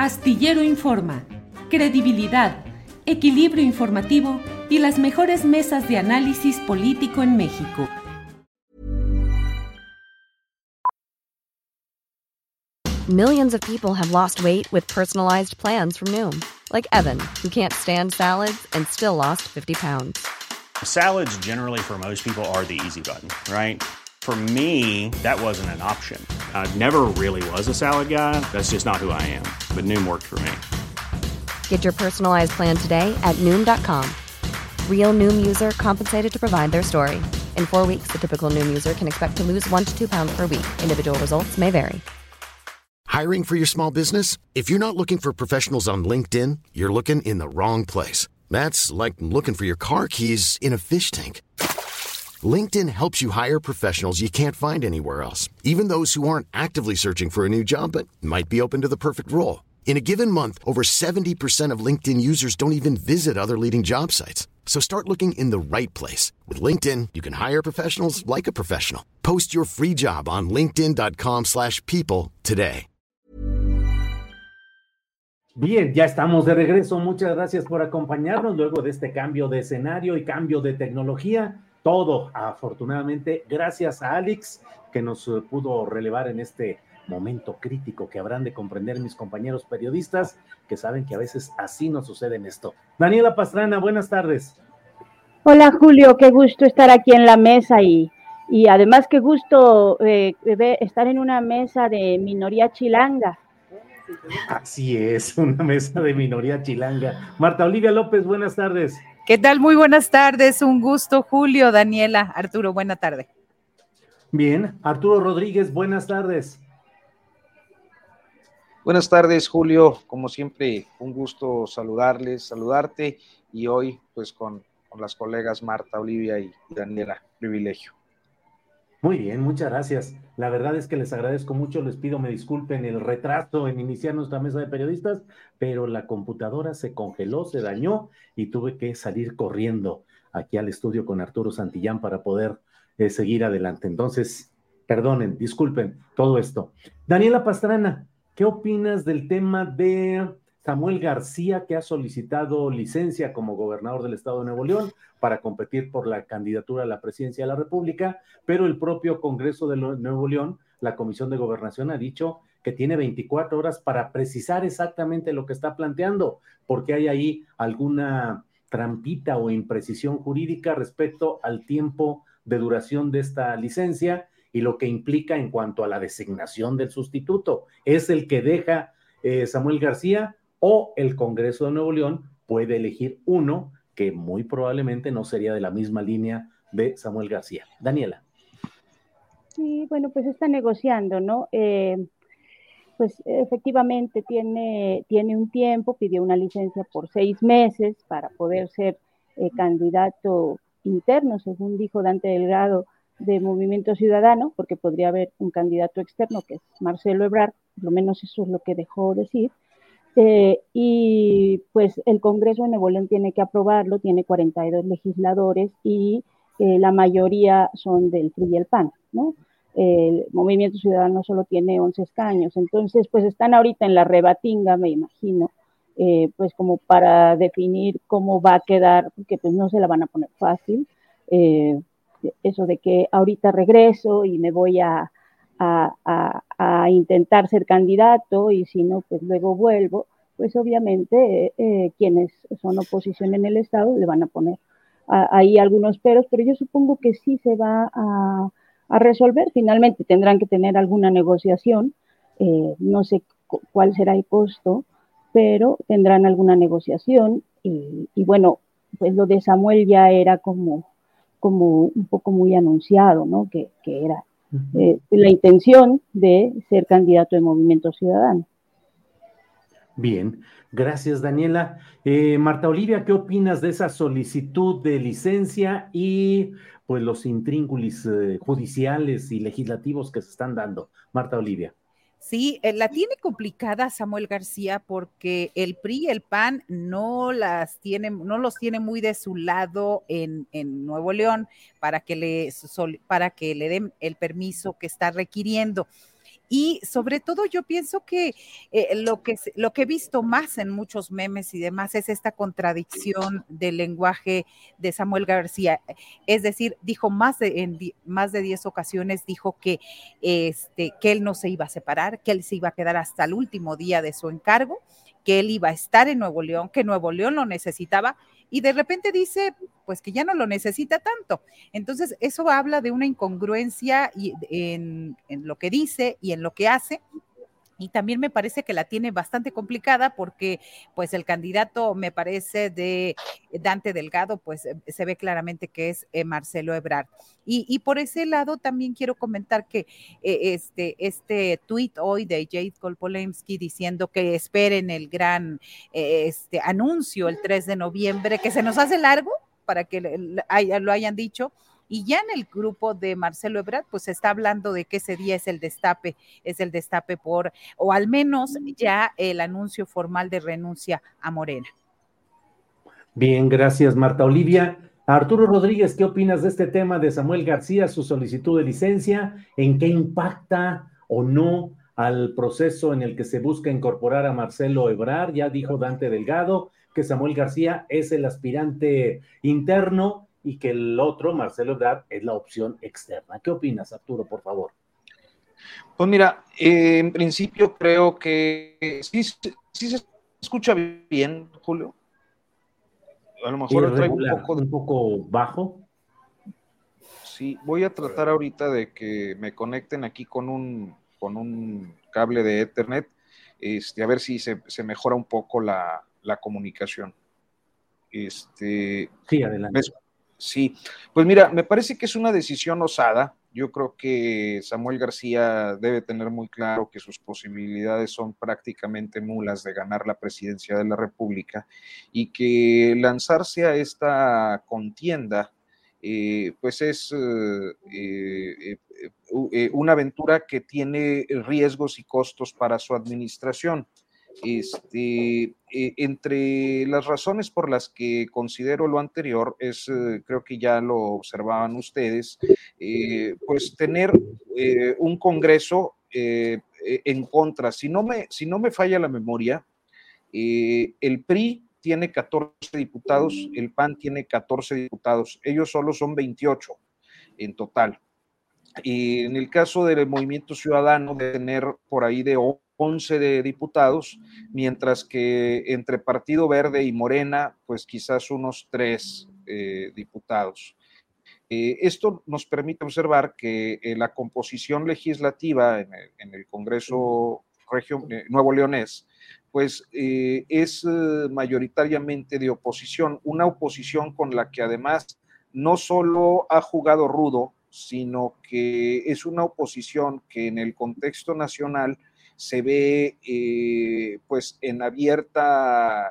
Astillero Informa, credibilidad, equilibrio informativo y las mejores mesas de análisis político en México. Millions of people have lost weight with personalized plans from Noom, like Evan, who can't stand salads and still lost 50 pounds. Salads generally for most people are the easy button, right? For me, that wasn't an option. I never really was a salad guy. That's just not who I am. But Noom worked for me. Get your personalized plan today at Noom.com. Real Noom user compensated to provide their story. In 4 weeks, the typical Noom user can expect to lose 1 to 2 pounds per week. Individual results may vary. Hiring for your small business? If you're not looking for professionals on LinkedIn, you're looking in the wrong place. That's like looking for your car keys in a fish tank. LinkedIn helps you hire professionals you can't find anywhere else, even those who aren't actively searching for a new job but might be open to the perfect role. In a given month, over 70% of LinkedIn users don't even visit other leading job sites. So start looking in the right place. With LinkedIn, you can hire professionals like a professional. Post your free job on linkedin.com/people today. Bien, ya estamos de regreso. Muchas gracias por acompañarnos luego de este cambio de escenario y cambio de tecnología. Todo, afortunadamente, gracias a Alex, que nos pudo relevar en este momento crítico que habrán de comprender mis compañeros periodistas, que saben que a veces así nos sucede en esto. Daniela Pastrana, buenas tardes. Hola Julio, qué gusto estar aquí en la mesa y además qué gusto estar en una mesa de minoría chilanga. Así es, una mesa de minoría chilanga. Marta Olivia López, buenas tardes. ¿Qué tal? Muy buenas tardes, un gusto, Julio, Daniela, Arturo, buena tarde. Bien, Arturo Rodríguez, buenas tardes. Buenas tardes, Julio, como siempre, un gusto saludarte, y hoy pues con las colegas Marta Olivia y Daniela, privilegio. Muy bien, muchas gracias. La verdad es que les agradezco mucho, les pido me disculpen el retraso en iniciar nuestra mesa de periodistas, pero la computadora se congeló, se dañó y tuve que salir corriendo aquí al estudio con Arturo Santillán para poder seguir adelante. Entonces, perdonen, disculpen todo esto. Daniela Pastrana, ¿qué opinas del tema de Samuel García, que ha solicitado licencia como gobernador del estado de Nuevo León para competir por la candidatura a la presidencia de la República, pero el propio Congreso de Nuevo León, la Comisión de Gobernación, ha dicho que tiene 24 horas para precisar exactamente lo que está planteando, porque hay ahí alguna trampita o imprecisión jurídica respecto al tiempo de duración de esta licencia y lo que implica en cuanto a la designación del sustituto. ¿Es el que deja Samuel García o el Congreso de Nuevo León puede elegir uno que muy probablemente no sería de la misma línea de Samuel García? Daniela. Sí, bueno, pues está negociando, ¿no? Pues efectivamente tiene un tiempo, pidió una licencia por 6 meses para poder ser candidato interno, según dijo Dante Delgado, de Movimiento Ciudadano, porque podría haber un candidato externo, que es Marcelo Ebrard, por lo menos eso es lo que dejó decir. Y pues el Congreso de Nuevo León tiene que aprobarlo, tiene 42 legisladores y la mayoría son del PRI y el PAN, ¿no? El Movimiento Ciudadano solo tiene 11 escaños, entonces pues están ahorita en la rebatinga, me imagino, pues como para definir cómo va a quedar, porque pues no se la van a poner fácil, eso de que ahorita regreso y me voy a intentar ser candidato y si no, pues luego vuelvo, pues obviamente quienes son oposición en el estado le van a poner ahí algunos peros, pero yo supongo que sí se va a resolver. Finalmente tendrán que tener alguna negociación, no sé cuál será el costo, pero tendrán alguna negociación y bueno, pues lo de Samuel ya era como un poco muy anunciado, ¿no? Que era la intención de ser candidato de Movimiento Ciudadano. Bien, gracias Daniela. Marta Olivia, ¿qué opinas de esa solicitud de licencia y pues los intríngulis judiciales y legislativos que se están dando? Marta Olivia. Sí, la tiene complicada Samuel García porque el PRI y el PAN no los tiene muy de su lado en Nuevo León para que le den el permiso que está requiriendo. Y sobre todo yo pienso que lo que he visto más en muchos memes y demás es esta contradicción del lenguaje de Samuel García. Es decir, dijo en más de 10 ocasiones, dijo que él no se iba a separar, que él se iba a quedar hasta el último día de su encargo, que él iba a estar en Nuevo León, que Nuevo León lo necesitaba, y de repente dice pues que ya no lo necesita tanto. Entonces eso habla de una incongruencia en lo que dice y en lo que hace. Y también me parece que la tiene bastante complicada porque pues el candidato me parece de Dante Delgado, pues se ve claramente que es Marcelo Ebrard. Y por ese lado también quiero comentar que este tuit hoy de Jade Kolpolemsky diciendo que esperen el gran anuncio el 3 de noviembre, que se nos hace largo para que lo hayan dicho. Y ya en el grupo de Marcelo Ebrard, pues se está hablando de que ese día es el destape o al menos ya el anuncio formal de renuncia a Morena. Bien, gracias, Marta Olivia. Arturo Rodríguez, ¿qué opinas de este tema de Samuel García, su solicitud de licencia? ¿En qué impacta o no al proceso en el que se busca incorporar a Marcelo Ebrard? Ya dijo Dante Delgado que Samuel García es el aspirante interno y que el otro, Marcelo Ebrard, es la opción externa. ¿Qué opinas, Arturo, por favor? Pues mira, en principio creo que sí se escucha bien, Julio. A lo mejor lo traigo un poco bajo. Sí, voy a tratar ahorita de que me conecten aquí con un cable de Ethernet, a ver si se mejora un poco la comunicación. Sí, adelante. Sí, pues mira, me parece que es una decisión osada. Yo creo que Samuel García debe tener muy claro que sus posibilidades son prácticamente nulas de ganar la presidencia de la República y que lanzarse a esta contienda pues es una aventura que tiene riesgos y costos para su administración. Entre las razones por las que considero lo anterior es, creo que ya lo observaban ustedes, pues tener un Congreso en contra. Si no me falla la memoria, el PRI tiene 14 diputados, el PAN tiene 14 diputados, ellos solo son 28 en total. Y en el caso del Movimiento Ciudadano, de tener por ahí de 11 de diputados, mientras que entre Partido Verde y Morena, pues quizás unos 3 diputados. Esto nos permite observar que la composición legislativa en el Congreso Nuevo Leonés, pues es mayoritariamente de oposición, una oposición con la que además no solo ha jugado rudo, sino que es una oposición que en el contexto nacional se ve pues en abierta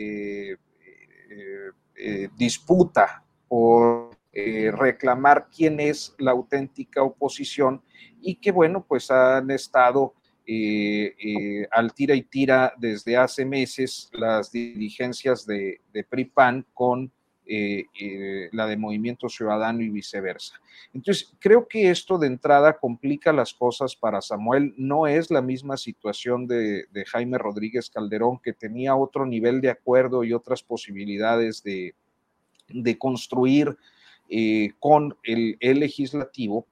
disputa por reclamar quién es la auténtica oposición y que bueno, pues han estado al tira y tira desde hace meses las dirigencias de PRI-PAN con la de Movimiento Ciudadano y viceversa. Entonces, creo que esto de entrada complica las cosas para Samuel. No es la misma situación de Jaime Rodríguez Calderón, que tenía otro nivel de acuerdo y otras posibilidades de construir con el legislativo.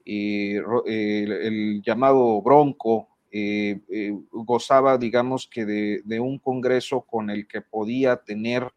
El llamado Bronco gozaba, digamos, que de un Congreso con el que podía tener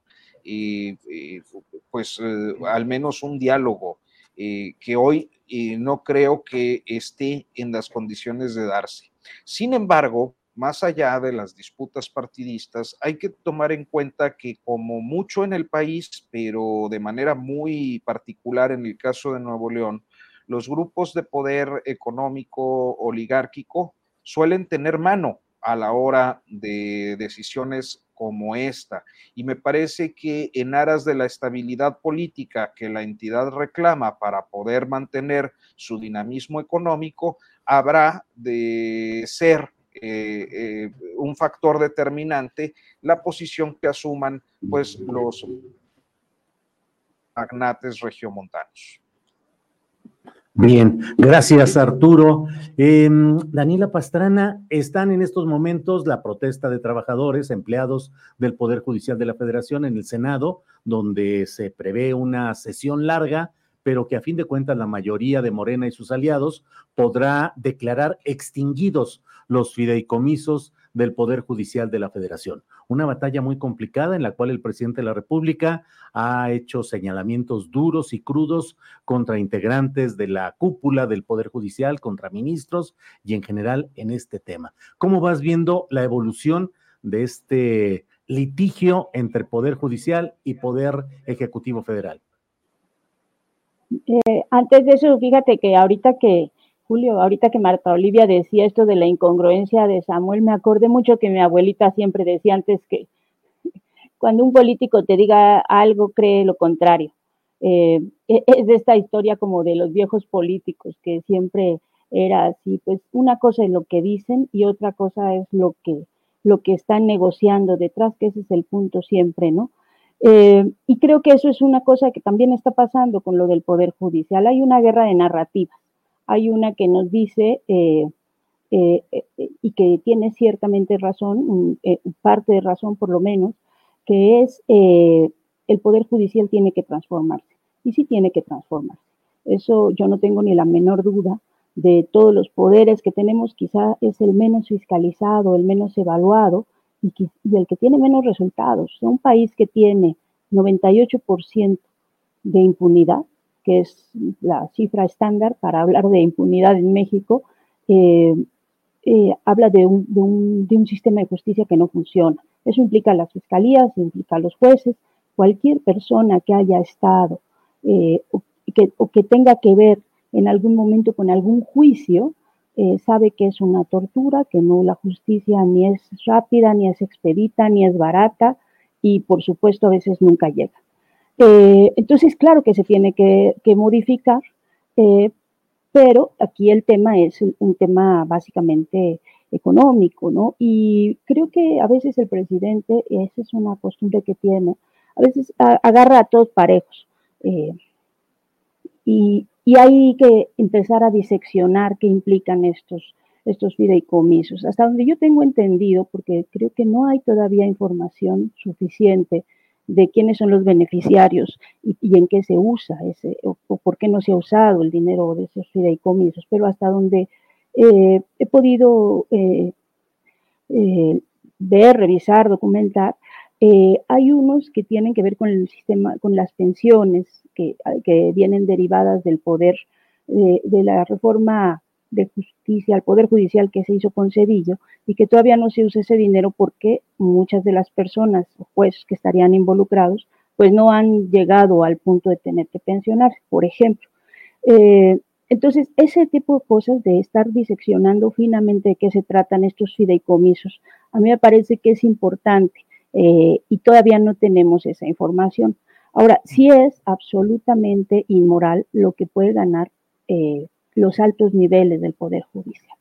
pues al menos un diálogo que hoy no creo que esté en las condiciones de darse. Sin embargo, más allá de las disputas partidistas, hay que tomar en cuenta que como mucho en el país, pero de manera muy particular en el caso de Nuevo León, los grupos de poder económico oligárquico suelen tener mano a la hora de decisiones como esta. Y me parece que en aras de la estabilidad política que la entidad reclama para poder mantener su dinamismo económico, habrá de ser un factor determinante la posición que asuman pues los magnates regiomontanos. Bien, gracias Arturo. Daniela Pastrana, están en estos momentos la protesta de trabajadores, empleados del Poder Judicial de la Federación en el Senado, donde se prevé una sesión larga, pero que a fin de cuentas la mayoría de Morena y sus aliados podrá declarar extinguidos los fideicomisos del Poder Judicial de la Federación. Una batalla muy complicada en la cual el presidente de la República ha hecho señalamientos duros y crudos contra integrantes de la cúpula del Poder Judicial, contra ministros y en general en este tema. ¿Cómo vas viendo la evolución de este litigio entre Poder Judicial y Poder Ejecutivo Federal? Antes de eso, fíjate que ahorita que Marta Olivia decía esto de la incongruencia de Samuel, me acordé mucho que mi abuelita siempre decía antes que cuando un político te diga algo, cree lo contrario. Es de esta historia como de los viejos políticos, que siempre era así, pues una cosa es lo que dicen y otra cosa es lo que están negociando detrás, que ese es el punto siempre, ¿no? Y creo que eso es una cosa que también está pasando con lo del Poder Judicial. Hay una guerra de narrativas. Hay una que nos dice, y que tiene ciertamente razón, parte de razón por lo menos, que es el Poder Judicial tiene que transformarse. Y sí tiene que transformarse. Eso yo no tengo ni la menor duda. De todos los poderes que tenemos, quizá es el menos fiscalizado, el menos evaluado, y el que tiene menos resultados. Un país que tiene 98% de impunidad, que es la cifra estándar para hablar de impunidad en México, habla de un sistema de justicia que no funciona. Eso implica a las fiscalías, implica a los jueces, cualquier persona que haya estado o que tenga que ver en algún momento con algún juicio, sabe que es una tortura, que no, la justicia ni es rápida, ni es expedita, ni es barata y por supuesto a veces nunca llega. Entonces, claro que se tiene que modificar, pero aquí el tema es un tema básicamente económico, ¿no? Y creo que a veces el presidente, esa es una costumbre que tiene, a veces agarra a todos parejos. Y hay que empezar a diseccionar qué implican estos fideicomisos. Hasta donde yo tengo entendido, porque creo que no hay todavía información suficiente de quiénes son los beneficiarios y en qué se usa o por qué no se ha usado el dinero de esos fideicomisos, pero hasta donde he podido ver, revisar, documentar, hay unos que tienen que ver con el sistema, con las pensiones que vienen derivadas del poder, de la reforma de justicia al Poder Judicial que se hizo con Cedillo y que todavía no se usa ese dinero porque muchas de las personas o jueces que estarían involucrados pues no han llegado al punto de tener que pensionarse, por ejemplo. Entonces, ese tipo de cosas de estar diseccionando finamente de qué se tratan estos fideicomisos, a mí me parece que es importante y todavía no tenemos esa información. Ahora, sí es absolutamente inmoral lo que puede ganar los altos niveles del Poder Judicial.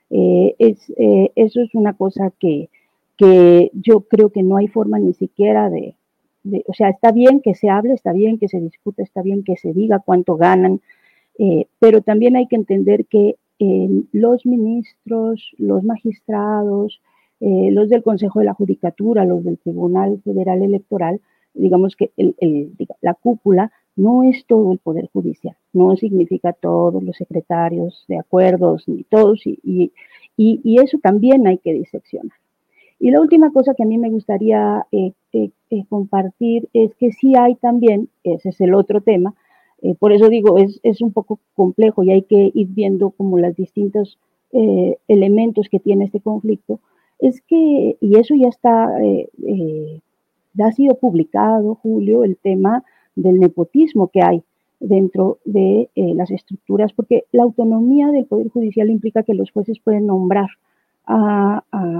Eso es una cosa que yo creo que no hay forma ni siquiera o sea, está bien que se hable, está bien que se discute, está bien que se diga cuánto ganan, pero también hay que entender que los ministros, los magistrados, los del Consejo de la Judicatura, los del Tribunal Federal Electoral, digamos que la cúpula no es todo el Poder Judicial, no significa todos los secretarios de acuerdos, ni todos, y eso también hay que diseccionar. Y la última cosa que a mí me gustaría compartir es que sí hay también, ese es el otro tema, por eso digo, es un poco complejo y hay que ir viendo como los distintos elementos que tiene este conflicto, es que, y eso ya está, ya ha sido publicado, Julio, el tema del nepotismo que hay dentro de las estructuras, porque la autonomía del Poder Judicial implica que los jueces pueden nombrar a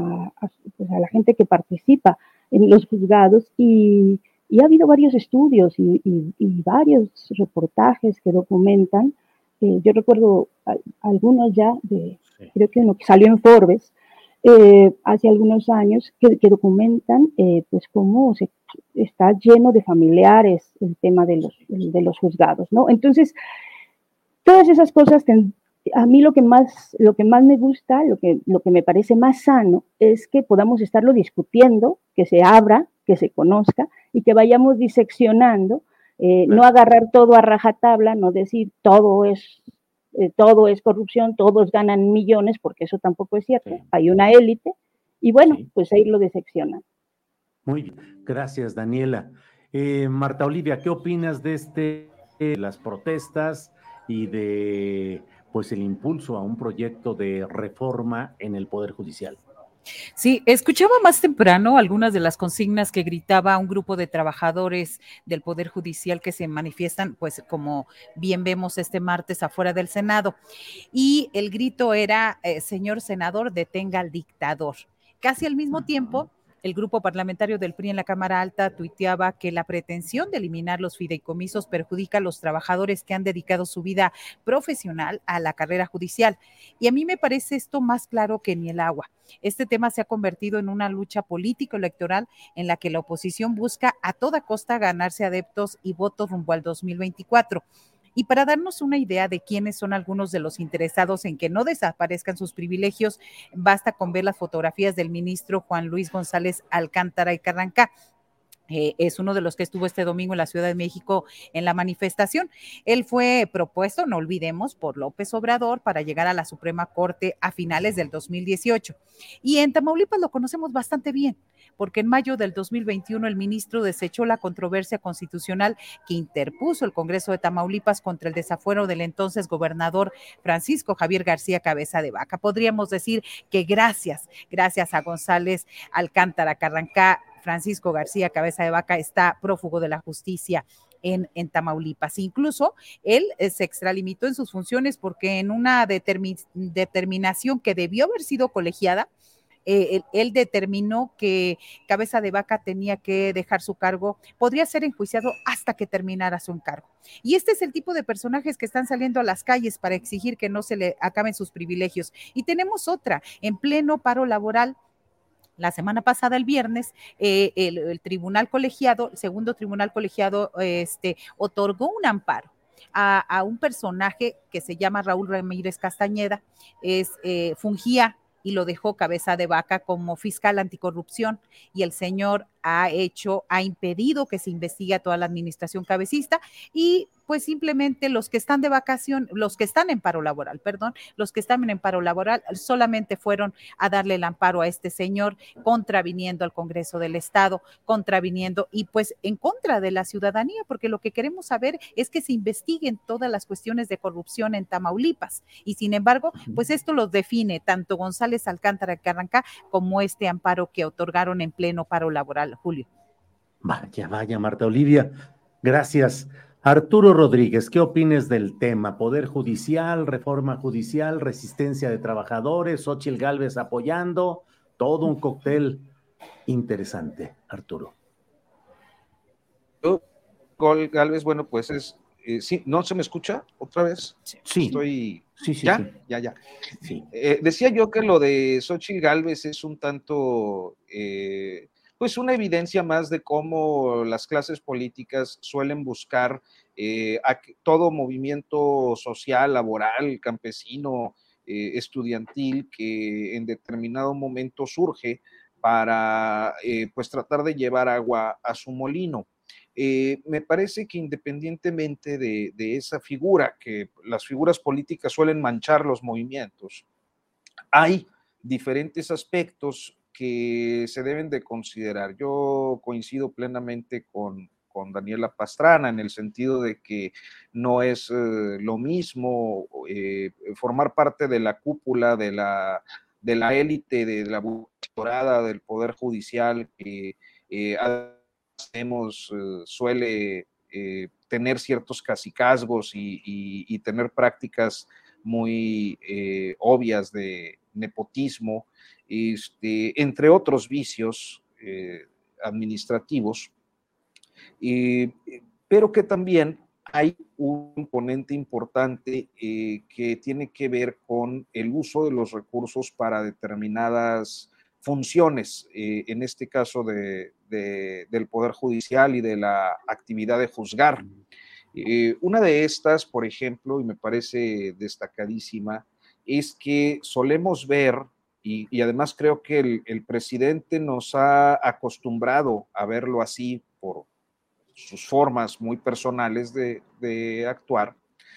la gente que participa en los juzgados y ha habido varios estudios y varios reportajes que documentan, yo recuerdo algunos ya, creo que uno que salió en Forbes hace algunos años, que documentan pues cómo está lleno de familiares el tema de los juzgados, ¿no? Entonces, Todas esas cosas, a mí lo que más me gusta, lo que me parece más sano, es que podamos estarlo discutiendo, que se abra, que se conozca y que vayamos diseccionando, no agarrar todo a rajatabla, no decir todo es corrupción, todos ganan millones, porque eso tampoco es cierto, hay una élite, y bueno, pues ahí lo diseccionan. Muy bien, gracias Daniela. Marta Olivia, ¿qué opinas de las protestas y de pues el impulso a un proyecto de reforma en el Poder Judicial? Sí, escuchaba más temprano algunas de las consignas que gritaba un grupo de trabajadores del Poder Judicial que se manifiestan, pues como bien vemos este martes afuera del Senado. Y el grito era, señor senador, detenga al dictador. Casi al mismo tiempo, el grupo parlamentario del PRI en la Cámara Alta tuiteaba que la pretensión de eliminar los fideicomisos perjudica a los trabajadores que han dedicado su vida profesional a la carrera judicial. Y a mí me parece esto más claro que ni el agua. Este tema se ha convertido en una lucha político-electoral en la que la oposición busca a toda costa ganarse adeptos y votos rumbo al 2024. Y para darnos una idea de quiénes son algunos de los interesados en que no desaparezcan sus privilegios, basta con ver las fotografías del ministro Juan Luis González Alcántara y Carrancá. Es uno de los que estuvo este domingo en la Ciudad de México en la manifestación. Él fue propuesto, no olvidemos, por López Obrador para llegar a la Suprema Corte a finales del 2018. Y en Tamaulipas lo conocemos bastante bien, porque en mayo del 2021 el ministro desechó la controversia constitucional que interpuso el Congreso de Tamaulipas contra el desafuero del entonces gobernador Francisco Javier García Cabeza de Vaca. Podríamos decir que gracias a González Alcántara Carrancá, Francisco García Cabeza de Vaca está prófugo de la justicia en Tamaulipas. Incluso él se extralimitó en sus funciones porque en una determinación que debió haber sido colegiada, él determinó que Cabeza de Vaca tenía que dejar su cargo, podría ser enjuiciado hasta que terminara su encargo. Y este es el tipo de personajes que están saliendo a las calles para exigir que no se le acaben sus privilegios. Y tenemos otra, en pleno paro laboral. La semana pasada, el viernes, el tribunal colegiado, el segundo tribunal colegiado, otorgó un amparo a un personaje que se llama Raúl Ramírez Castañeda, fungía y lo dejó Cabeza de Vaca como fiscal anticorrupción, y el señor ha impedido que se investigue a toda la administración cabecista, y pues simplemente los que están de vacación, los que están en paro laboral, solamente fueron a darle el amparo a este señor, contraviniendo al Congreso del Estado, contraviniendo y pues en contra de la ciudadanía, porque lo que queremos saber es que se investiguen todas las cuestiones de corrupción en Tamaulipas, y sin embargo, pues esto los define tanto González Alcántara Carrancá como este amparo que otorgaron en pleno paro laboral, Julio. Vaya, Marta Olivia, gracias. Arturo Rodríguez, ¿qué opinas del tema? Poder judicial, reforma judicial, resistencia de trabajadores, Xóchitl Gálvez apoyando, todo un cóctel interesante, Arturo. Gálvez, bueno, pues sí, ¿no se me escucha otra vez? Sí. Estoy... Sí. Ya. Sí. Decía yo que lo de Xóchitl Gálvez es un tanto... pues una evidencia más de cómo las clases políticas suelen buscar a todo movimiento social, laboral, campesino, estudiantil, que en determinado momento surge para pues tratar de llevar agua a su molino. Me parece que independientemente de esa figura, que las figuras políticas suelen manchar los movimientos, hay diferentes aspectos que se deben de considerar. Yo coincido plenamente con Daniela Pastrana en el sentido de que no es lo mismo formar parte de la cúpula de la élite, de la dorada del Poder Judicial, que suele tener ciertos cacicazgos y tener prácticas muy obvias de nepotismo, entre otros vicios administrativos, pero que también hay un componente importante que tiene que ver con el uso de los recursos para determinadas funciones, en este caso del Poder Judicial y de la actividad de juzgar. Una de estas, por ejemplo, y me parece destacadísima, es que solemos ver, y además creo que el presidente nos ha acostumbrado a verlo así por sus formas muy personales de actuar,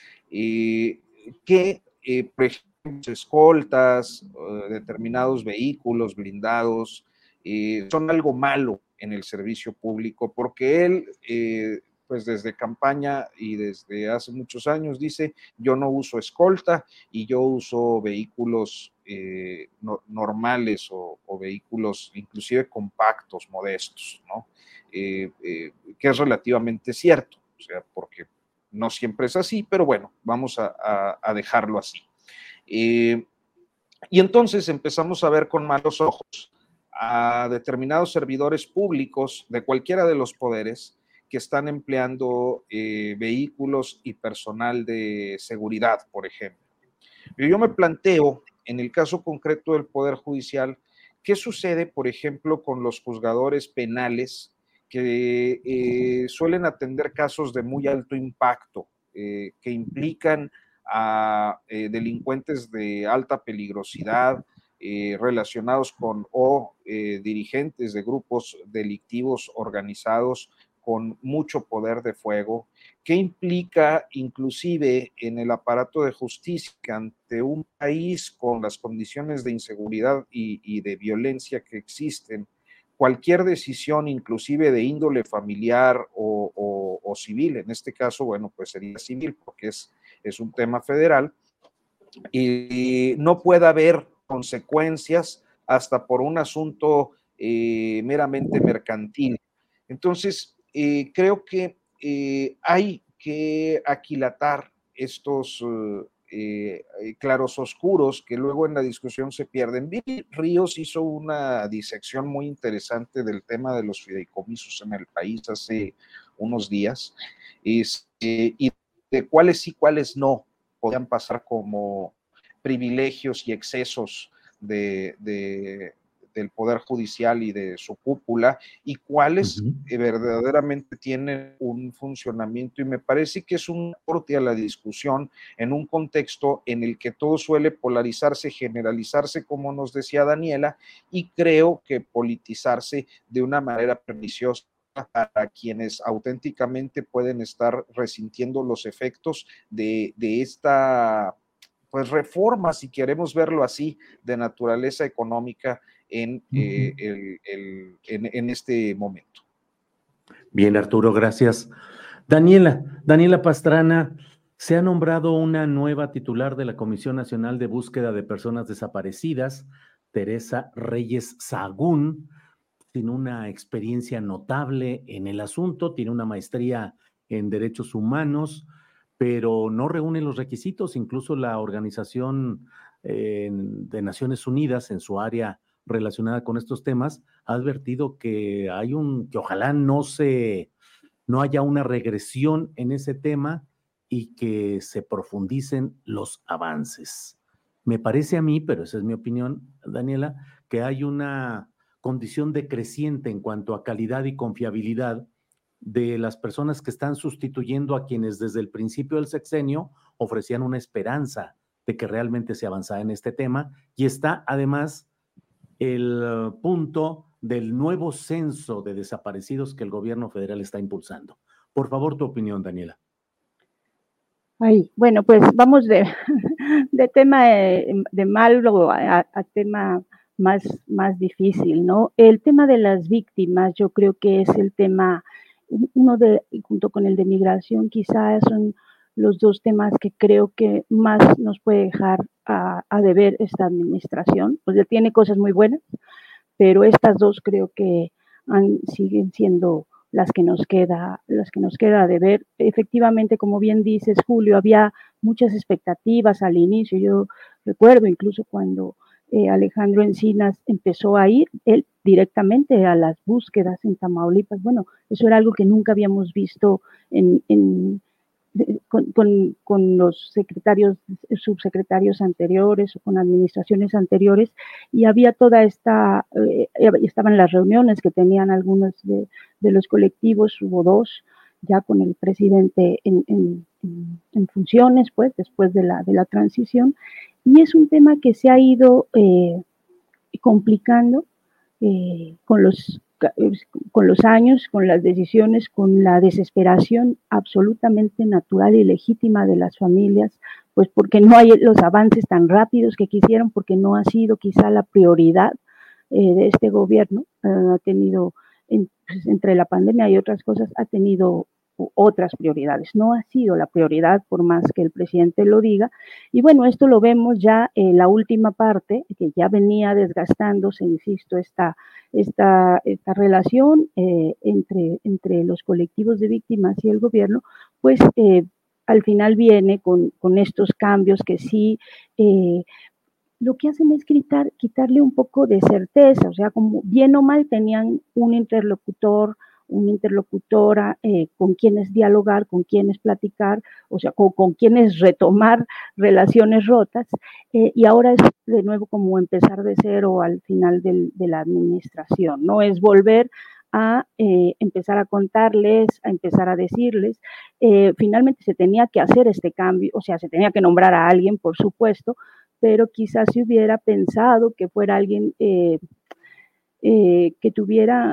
que, por ejemplo, escoltas, determinados vehículos blindados, son algo malo en el servicio público, porque él, pues desde campaña y desde hace muchos años dice, yo no uso escolta y yo uso vehículos normales o vehículos inclusive compactos, modestos, ¿no? Que es relativamente cierto, o sea, porque no siempre es así, pero bueno, vamos a dejarlo así. Y entonces empezamos a ver con malos ojos a determinados servidores públicos de cualquiera de los poderes que están empleando vehículos y personal de seguridad, por ejemplo. Yo me planteo, en el caso concreto del Poder Judicial, ¿qué sucede, por ejemplo, con los juzgadores penales que suelen atender casos de muy alto impacto, que implican a delincuentes de alta peligrosidad, relacionados con dirigentes de grupos delictivos organizados con mucho poder de fuego, que implica inclusive en el aparato de justicia que ante un país con las condiciones de inseguridad y de violencia que existen, cualquier decisión, inclusive de índole familiar o civil, en este caso, bueno, pues sería civil porque es un tema federal, y no puede haber consecuencias hasta por un asunto meramente mercantil. Entonces, creo que hay que aquilatar estos claros oscuros que luego en la discusión se pierden. Viri Ríos hizo una disección muy interesante del tema de los fideicomisos en el país hace unos días, y de cuáles sí, cuáles no podían pasar como privilegios y excesos del Poder Judicial y de su cúpula, y cuáles verdaderamente tienen un funcionamiento, y me parece que es un aporte a la discusión en un contexto en el que todo suele polarizarse, generalizarse, como nos decía Daniela, y creo que politizarse de una manera perniciosa para quienes auténticamente pueden estar resintiendo los efectos de esta pues reforma, si queremos verlo así, de naturaleza económica en este momento. Bien, Arturo, gracias. Daniela Pastrana, se ha nombrado una nueva titular de la Comisión Nacional de Búsqueda de Personas Desaparecidas, Teresa Reyes Sahagún, tiene una experiencia notable en el asunto, tiene una maestría en Derechos Humanos, pero no reúne los requisitos. Incluso la Organización de Naciones Unidas, en su área relacionada con estos temas, ha advertido que que ojalá no haya una regresión en ese tema y que se profundicen los avances. Me parece a mí, pero esa es mi opinión, Daniela, que hay una condición decreciente en cuanto a calidad y confiabilidad de las personas que están sustituyendo a quienes desde el principio del sexenio ofrecían una esperanza de que realmente se avanzara en este tema, y está además el punto del nuevo censo de desaparecidos que el gobierno federal está impulsando. Por favor, tu opinión, Daniela. Ay, bueno, pues vamos de tema de malo a tema más difícil, ¿no? El tema de las víctimas, yo creo que es el tema, junto con el de migración, quizás son los dos temas que creo que más nos puede dejar a deber esta administración. O sea, tiene cosas muy buenas, pero estas dos creo que siguen siendo las que nos queda de ver. Efectivamente, como bien dices, Julio, había muchas expectativas al inicio. Yo recuerdo incluso cuando Alejandro Encinas empezó a ir él directamente a las búsquedas en Tamaulipas. Bueno, eso era algo que nunca habíamos visto con los subsecretarios anteriores o con administraciones anteriores, y había toda estaban las reuniones que tenían algunos de los colectivos, hubo dos, ya con el presidente en funciones, pues, después de la transición, y es un tema que se ha ido complicando con los años, con las decisiones, con la desesperación absolutamente natural y legítima de las familias, pues porque no hay los avances tan rápidos que quisieron, porque no ha sido quizá la prioridad de este gobierno. Ha tenido, pues, entre la pandemia y otras cosas, ha tenido otras prioridades. No ha sido la prioridad, por más que el presidente lo diga. Y bueno, esto lo vemos ya en la última parte, que ya venía desgastándose, insisto, esta relación entre los colectivos de víctimas y el gobierno, pues al final viene con estos cambios que sí lo que hacen es quitarle un poco de certeza, o sea, como bien o mal tenían un interlocutor, una interlocutora con quienes dialogar, con quienes platicar, o sea, con quienes retomar relaciones rotas, y ahora es de nuevo como empezar de cero al final de la administración, ¿no? Es volver a empezar a contarles, a empezar a decirles. Finalmente se tenía que hacer este cambio, o sea, se tenía que nombrar a alguien, por supuesto, pero quizás se hubiera pensado que fuera alguien que tuviera,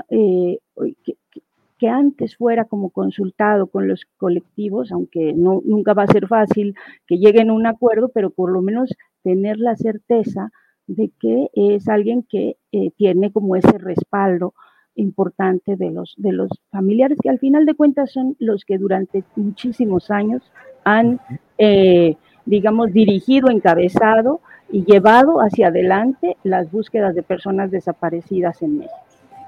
que antes fuera como consultado con los colectivos, aunque nunca va a ser fácil que lleguen a un acuerdo, pero por lo menos tener la certeza de que es alguien que tiene como ese respaldo importante de los familiares, que al final de cuentas son los que durante muchísimos años han, digamos, dirigido, encabezado y llevado hacia adelante las búsquedas de personas desaparecidas en México.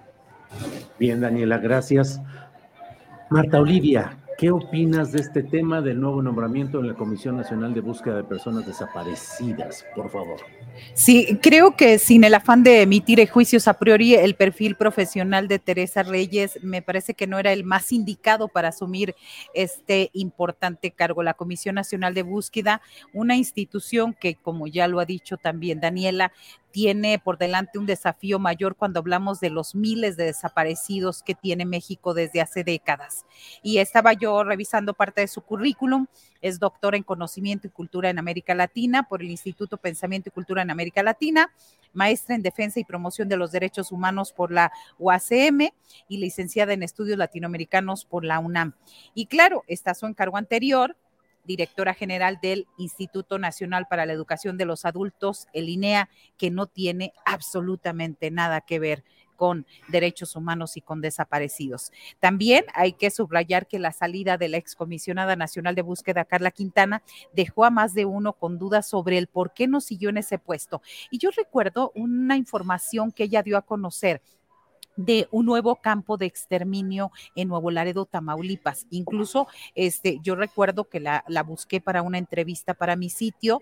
Bien, Daniela, gracias. Marta Olivia, ¿qué opinas de este tema del nuevo nombramiento en la Comisión Nacional de Búsqueda de Personas Desaparecidas? Por favor. Sí, creo que sin el afán de emitir juicios a priori, el perfil profesional de Teresa Reyes me parece que no era el más indicado para asumir este importante cargo. La Comisión Nacional de Búsqueda, una institución que, como ya lo ha dicho también Daniela, tiene por delante un desafío mayor cuando hablamos de los miles de desaparecidos que tiene México desde hace décadas. Y estaba yo revisando parte de su currículum. Es doctora en Conocimiento y Cultura en América Latina por el Instituto Pensamiento y Cultura en América Latina, maestra en Defensa y Promoción de los Derechos Humanos por la UACM y licenciada en Estudios Latinoamericanos por la UNAM. Y claro, está su encargo anterior, directora general del Instituto Nacional para la Educación de los Adultos, el INEA, que no tiene absolutamente nada que ver con derechos humanos y con desaparecidos. También hay que subrayar que la salida de la excomisionada nacional de búsqueda, Carla Quintana, dejó a más de uno con dudas sobre el por qué no siguió en ese puesto. Y yo recuerdo una información que ella dio a conocer de un nuevo campo de exterminio en Nuevo Laredo, Tamaulipas. Incluso yo recuerdo que la busqué para una entrevista para mi sitio,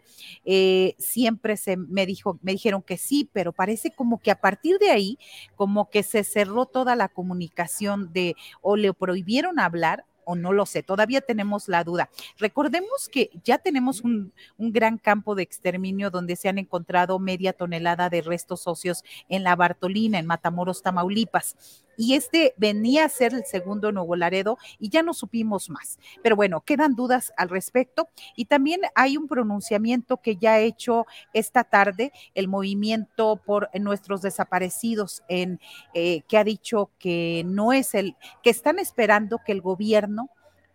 siempre me dijeron que sí, pero parece como que a partir de ahí, como que se cerró toda la comunicación o le prohibieron hablar, o no lo sé, todavía tenemos la duda. Recordemos que ya tenemos un gran campo de exterminio donde se han encontrado media tonelada de restos óseos en la Bartolina, en Matamoros, Tamaulipas. Y venía a ser el segundo en Nuevo Laredo y ya no supimos más. Pero bueno, quedan dudas al respecto. Y también hay un pronunciamiento que ya ha hecho esta tarde el Movimiento por Nuestros Desaparecidos, que ha dicho que no es que están esperando que el gobierno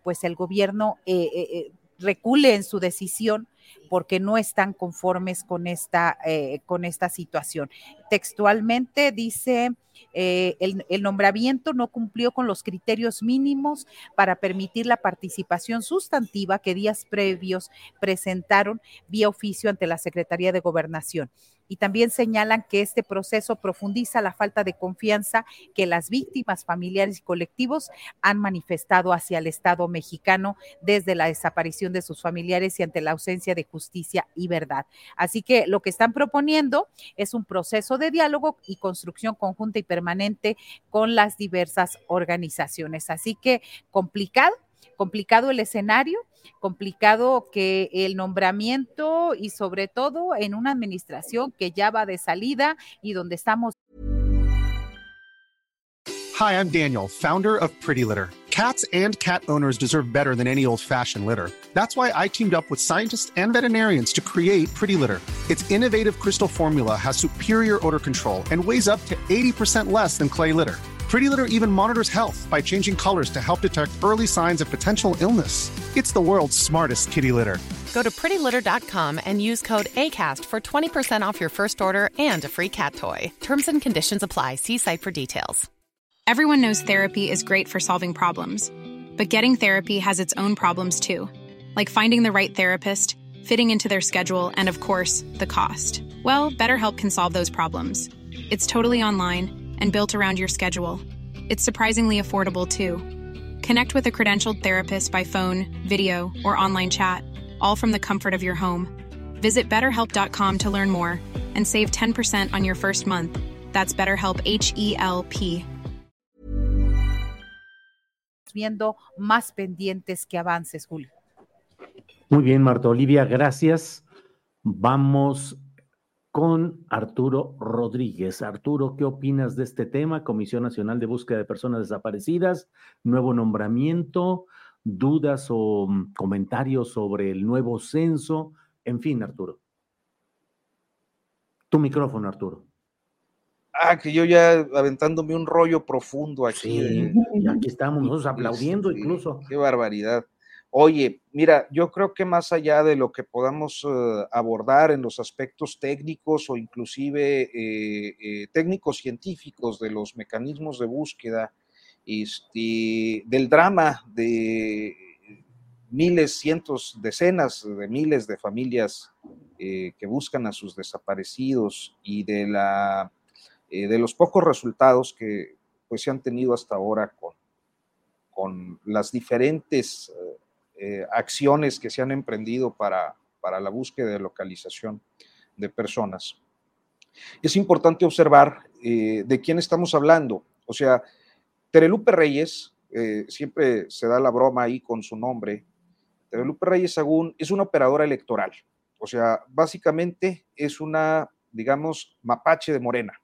recule en su decisión porque no están conformes con esta situación. Textualmente dice, el nombramiento no cumplió con los criterios mínimos para permitir la participación sustantiva que días previos presentaron vía oficio ante la Secretaría de Gobernación. Y también señalan que este proceso profundiza la falta de confianza que las víctimas, familiares y colectivos han manifestado hacia el Estado mexicano desde la desaparición de sus familiares y ante la ausencia de justicia y verdad. Así que lo que están proponiendo es un proceso de diálogo y construcción conjunta y permanente con las diversas organizaciones. Así que complicado el escenario, complicado que el nombramiento y sobre todo en una administración que ya va de salida y donde estamos. Hi, I'm Daniel, founder of Pretty Litter. Cats and cat owners deserve better than any old-fashioned litter. That's why I teamed up with scientists and veterinarians to create Pretty Litter. Its innovative crystal formula has superior odor control and weighs up to 80% less than clay litter. Pretty Litter even monitors health by changing colors to help detect early signs of potential illness. It's the world's smartest kitty litter. Go to prettylitter.com and use code ACAST for 20% off your first order and a free cat toy. Terms and conditions apply. See site for details. Everyone knows therapy is great for solving problems, but getting therapy has its own problems too, like finding the right therapist, fitting into their schedule, and of course, the cost. Well, BetterHelp can solve those problems. It's totally online and built around your schedule. It's surprisingly affordable too. Connect with a credentialed therapist by phone, video, or online chat, all from the comfort of your home. Visit BetterHelp.com to learn more and save 10% on your first month. That's BetterHelp, H-E-L-P. Viendo más pendientes que avances, Julio. Muy bien, Marta Olivia, gracias. Vamos con Arturo Rodríguez. Arturo, ¿qué opinas de este tema? Comisión Nacional de Búsqueda de Personas Desaparecidas, nuevo nombramiento, dudas o comentarios sobre el nuevo censo. En fin, Arturo. Tu micrófono, Arturo. Que yo ya aventándome un rollo profundo aquí. Sí, y aquí estamos nosotros aplaudiendo incluso. Qué barbaridad. Oye, mira, yo creo que más allá de lo que podamos abordar en los aspectos técnicos o inclusive técnicos científicos de los mecanismos de búsqueda, del drama de miles, cientos, decenas de miles de familias que buscan a sus desaparecidos y de los pocos resultados que pues se han tenido hasta ahora con las diferentes acciones que se han emprendido para la búsqueda de localización de personas. Es importante observar de quién estamos hablando. O sea, Terelupe Reyes, siempre se da la broma ahí con su nombre. Terelupe Reyes Sagún es una operadora electoral. O sea, básicamente es una, digamos, mapache de Morena.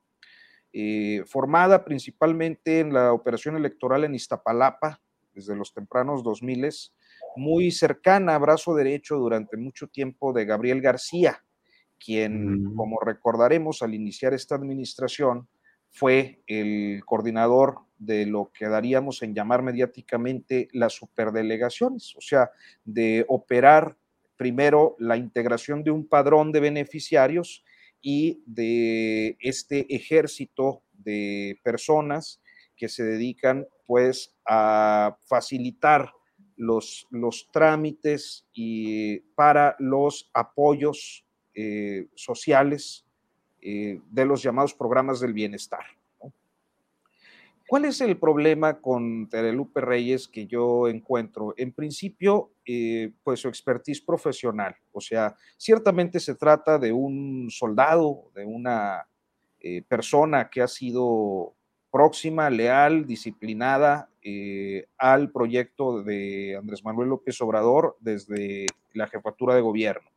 Formada principalmente en la operación electoral en Iztapalapa, desde los tempranos 2000, muy cercana a brazo derecho durante mucho tiempo de Gabriel García, quien, como recordaremos, al iniciar esta administración, fue el coordinador de lo que daríamos en llamar mediáticamente las superdelegaciones, o sea, de operar primero la integración de un padrón de beneficiarios y de este ejército de personas que se dedican pues a facilitar los trámites y para los apoyos sociales de los llamados programas del bienestar, ¿no? ¿Cuál es el problema con Terelupe Reyes que yo encuentro? En principio, pues su expertise profesional. O sea, ciertamente se trata de un soldado, de una persona que ha sido próxima, leal, disciplinada al proyecto de Andrés Manuel López Obrador desde la jefatura de gobierno,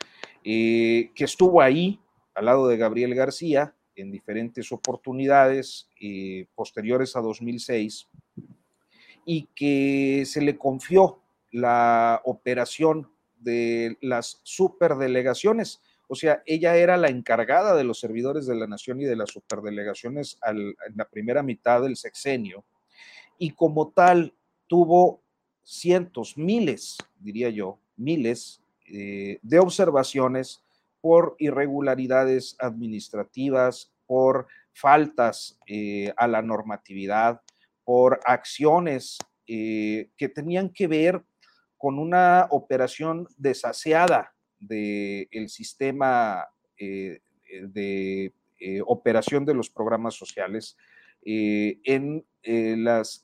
que estuvo ahí al lado de Gabriel García en diferentes oportunidades posteriores a 2006 y que se le confió la operación de las superdelegaciones. O sea, ella era la encargada de los servidores de la nación y de las superdelegaciones en la primera mitad del sexenio, y como tal tuvo cientos, miles, diría yo, miles de observaciones por irregularidades administrativas, por faltas a la normatividad, por acciones que tenían que ver con una operación desaseada del sistema de operación de los programas sociales, entre las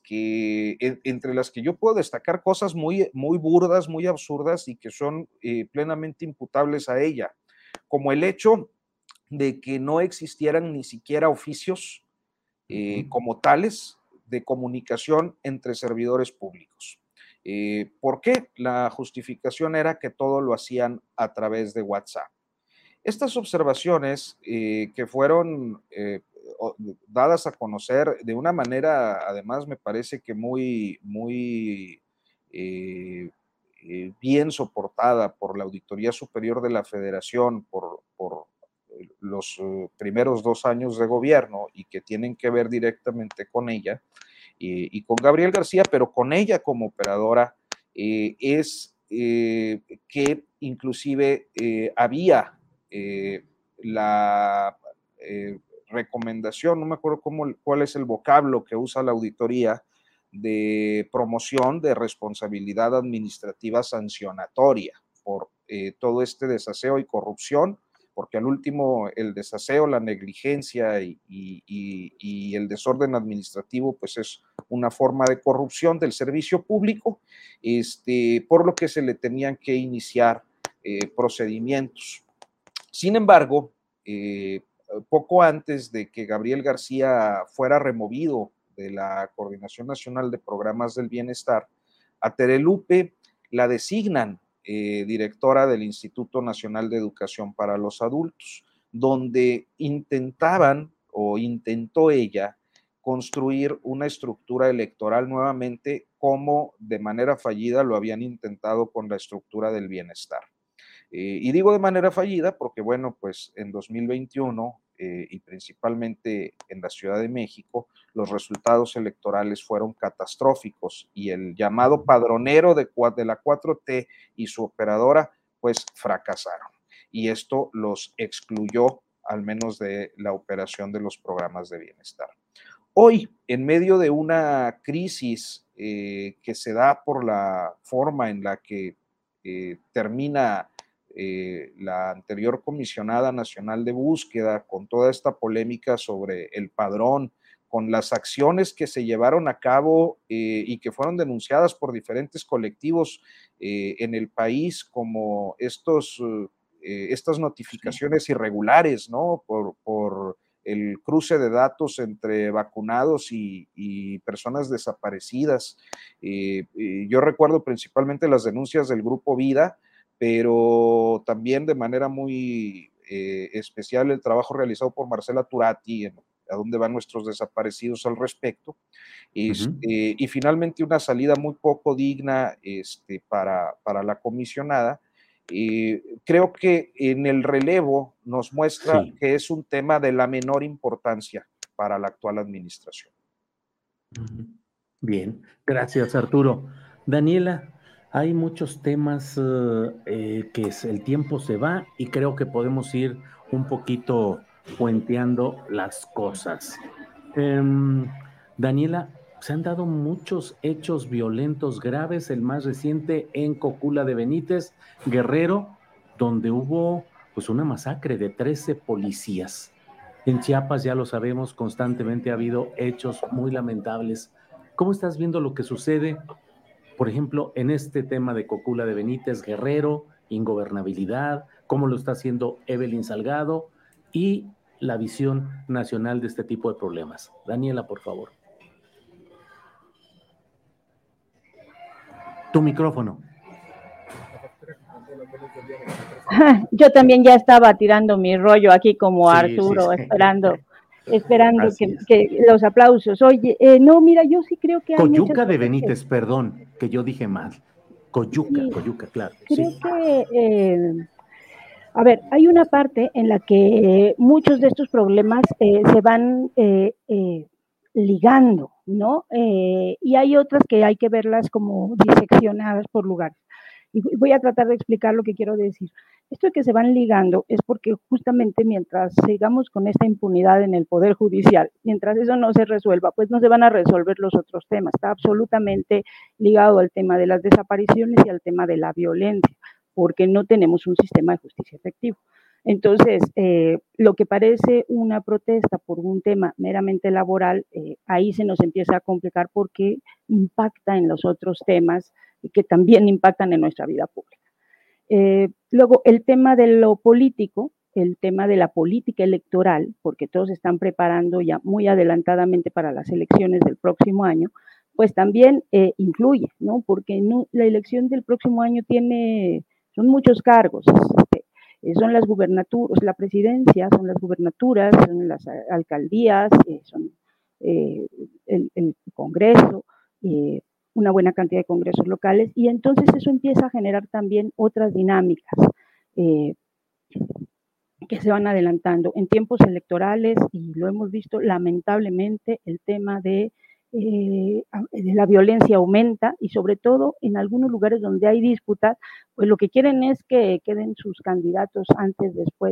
que yo puedo destacar cosas muy, muy burdas, muy absurdas y que son plenamente imputables a ella, como el hecho de que no existieran ni siquiera oficios como tales de comunicación entre servidores públicos. ¿Por qué? La justificación era que todo lo hacían a través de WhatsApp. Estas observaciones que fueron dadas a conocer de una manera, además me parece que muy bien soportada por la Auditoría Superior de la Federación, por los primeros 2 años de gobierno, y que tienen que ver directamente con ella y con Gabriel García, pero con ella como operadora, es que inclusive había la recomendación, no me acuerdo cuál es el vocablo que usa la auditoría, de promoción de responsabilidad administrativa sancionatoria por todo este desaseo y corrupción, porque al último el desaseo, la negligencia y el desorden administrativo pues es una forma de corrupción del servicio público, por lo que se le tenían que iniciar procedimientos. Sin embargo, poco antes de que Gabriel García fuera removido de la Coordinación Nacional de Programas del Bienestar, a Tere Lupe la designan directora del Instituto Nacional de Educación para los Adultos, donde intentó ella construir una estructura electoral nuevamente, como de manera fallida lo habían intentado con la estructura del bienestar. Y digo de manera fallida porque, bueno, pues en 2021 y principalmente en la Ciudad de México, los resultados electorales fueron catastróficos y el llamado padronero de la 4T y su operadora, pues fracasaron. Y esto los excluyó, al menos de la operación de los programas de bienestar. Hoy, en medio de una crisis que se da por la forma en la que termina la anterior comisionada nacional de búsqueda, con toda esta polémica sobre el padrón, con las acciones que se llevaron a cabo y que fueron denunciadas por diferentes colectivos en el país, como estas notificaciones irregulares, ¿no? Por el cruce de datos entre vacunados y personas desaparecidas. Yo recuerdo principalmente las denuncias del Grupo Vida, pero también de manera muy especial el trabajo realizado por Marcela Turati en A dónde van nuestros desaparecidos al respecto, y finalmente una salida muy poco digna para la comisionada. Creo que en el relevo nos muestra que es un tema de la menor importancia para la actual administración. Bien, gracias Arturo. Daniela, hay muchos temas que el tiempo se va y creo que podemos ir un poquito puenteando las cosas. Daniela, se han dado muchos hechos violentos graves, el más reciente en Cocula de Benítez, Guerrero, donde hubo pues una masacre de 13 policías. En Chiapas, ya lo sabemos, constantemente ha habido hechos muy lamentables. ¿Cómo estás viendo lo que sucede, por ejemplo, en este tema de Cocula de Benítez, Guerrero, ingobernabilidad, cómo lo está haciendo Evelyn Salgado y la visión nacional de este tipo de problemas? Daniela, por favor. Tu micrófono. Yo también ya estaba tirando mi rollo aquí como Arturo, esperando que los aplausos. Oye, no, mira, yo sí creo que hay Coyuca de Benítez, perdón, que yo dije mal. Coyuca, claro. Creo que, a ver, hay una parte en la que muchos de estos problemas se van ligando, ¿no? Y hay otras que hay que verlas como diseccionadas por lugares. Y voy a tratar de explicar lo que quiero decir. Esto de que se van ligando es porque justamente mientras sigamos con esta impunidad en el Poder Judicial, mientras eso no se resuelva, pues no se van a resolver los otros temas. Está absolutamente ligado al tema de las desapariciones y al tema de la violencia, porque no tenemos un sistema de justicia efectivo. Entonces, lo que parece una protesta por un tema meramente laboral, ahí se nos empieza a complicar porque impacta en los otros temas que también impactan en nuestra vida pública. Luego, el tema de lo político, el tema de la política electoral, porque todos están preparando ya muy adelantadamente para las elecciones del próximo año, pues también influye, ¿no? Porque la elección del próximo año son muchos cargos, son las gubernaturas, la presidencia, son las gubernaturas, son las alcaldías, son el Congreso, una buena cantidad de congresos locales, y entonces eso empieza a generar también otras dinámicas que se van adelantando en tiempos electorales, y lo hemos visto lamentablemente, el tema de la violencia aumenta, y sobre todo en algunos lugares donde hay disputas, pues lo que quieren es que queden sus candidatos antes, después